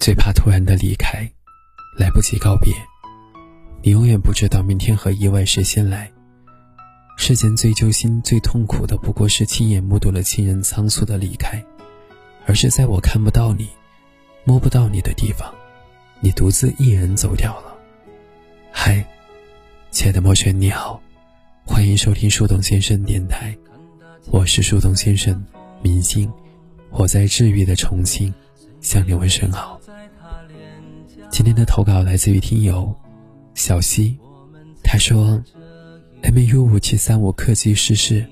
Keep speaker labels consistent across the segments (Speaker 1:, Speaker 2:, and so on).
Speaker 1: 最怕突然的离开，来不及告别。你永远不知道明天和意外谁先来。世间最揪心最痛苦的不过是亲眼目睹了亲人仓促的离开，而是在我看不到你摸不到你的地方，你独自一人走掉了。嗨，亲爱的陌生人你好，欢迎收听树洞先生电台，我是树洞先生明星，我在治愈的重庆向你问声好。今天的投稿来自于听友小溪，他说 MU5735 客机失事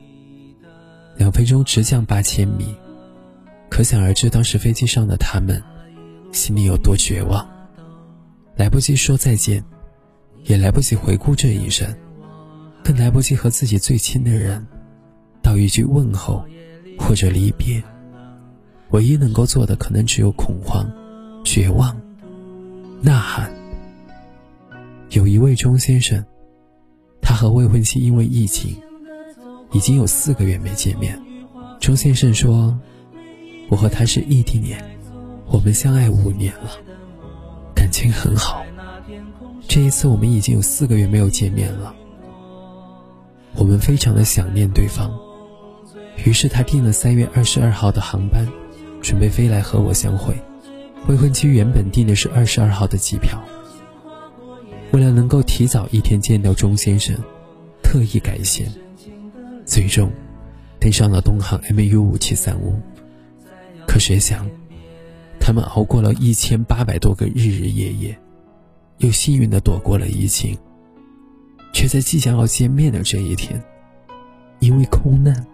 Speaker 1: ，2分钟直降8000米，可想而知当时飞机上的他们心里有多绝望，来不及说再见，也来不及回顾这一生，更来不及和自己最亲的人道一句问候或者离别。唯一能够做的可能只有恐慌、绝望、呐喊。有一位钟先生，他和未婚妻因为疫情已经有4个月没见面。钟先生说，我和他是异地恋，我们相爱5年了，感情很好。这一次我们已经有4个月没有见面了，我们非常的想念对方，于是他订了3月22号的航班，准备飞来和我相会。未婚妻原本订的是22号的机票，为了能够提早1天见到钟先生，特意改线，最终登上了东航 MU5735。可谁想，他们熬过了1800多个日日夜夜，又幸运地躲过了疫情，却在即将要见面的这一天，因为空难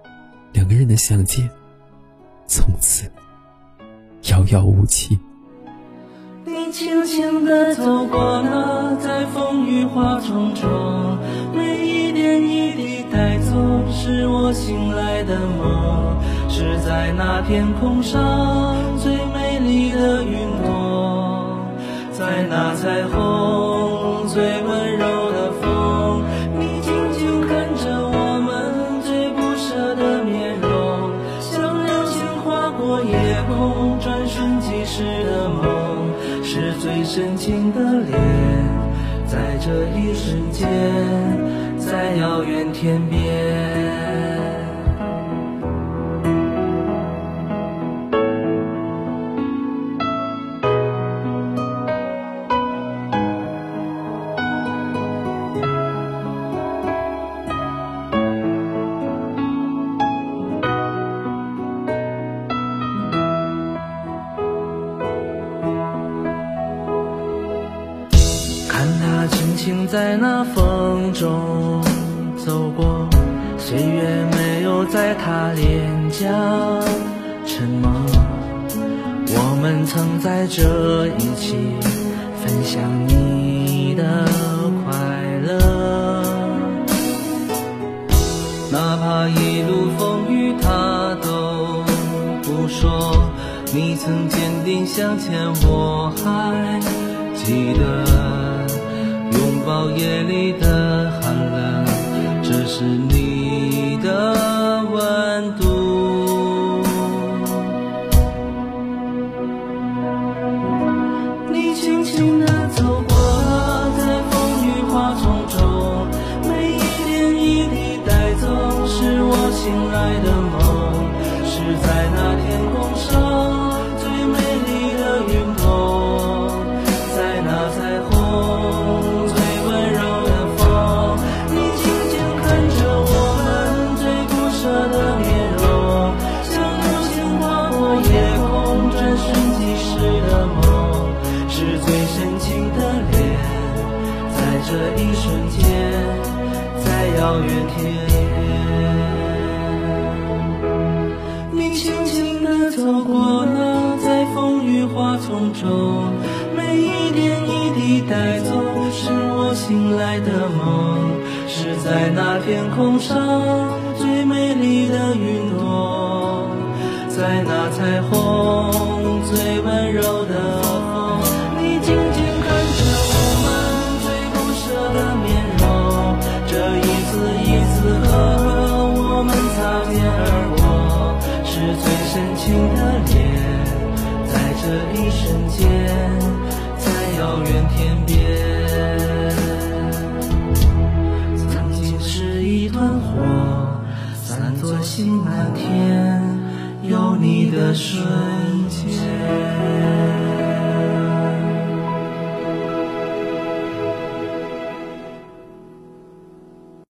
Speaker 1: ，2个人的相见从此遥遥无期。
Speaker 2: 你轻轻地走过了，在风雨花丛中，每一点一滴带走是我醒来的梦，是在那天空上最美丽的云朵，在那彩虹最温柔的风，你静静看着我们最不舍的面容，像流星划过夜空，转瞬即逝的梦，是最深情的脸，在这一瞬间，在遥远天边。看他轻轻在那风中走过，岁月没有在他脸颊沉默，我们曾在这一起分享你的快乐，哪怕一路风雨他都不说，你曾坚定向前，我还记得拥抱夜里的寒冷，这是你的温度。你轻轻地走过了，在风雨花丛中，每一点一滴带走是我醒来的梦，是在那天空上最美丽的云朵，在那彩虹这一瞬间，在遥远天边，你轻轻地走过了，在风雨花丛中，每一点一滴带走是我醒来的梦，是在那天空上最美丽的云朵，在那彩虹最温柔的风，你静静看着我们的面容，这一次一次和我们擦肩而过，是最深情的脸，在这的一瞬间，在遥远天边。曾经是一团火，散作星满天，有你的瞬间。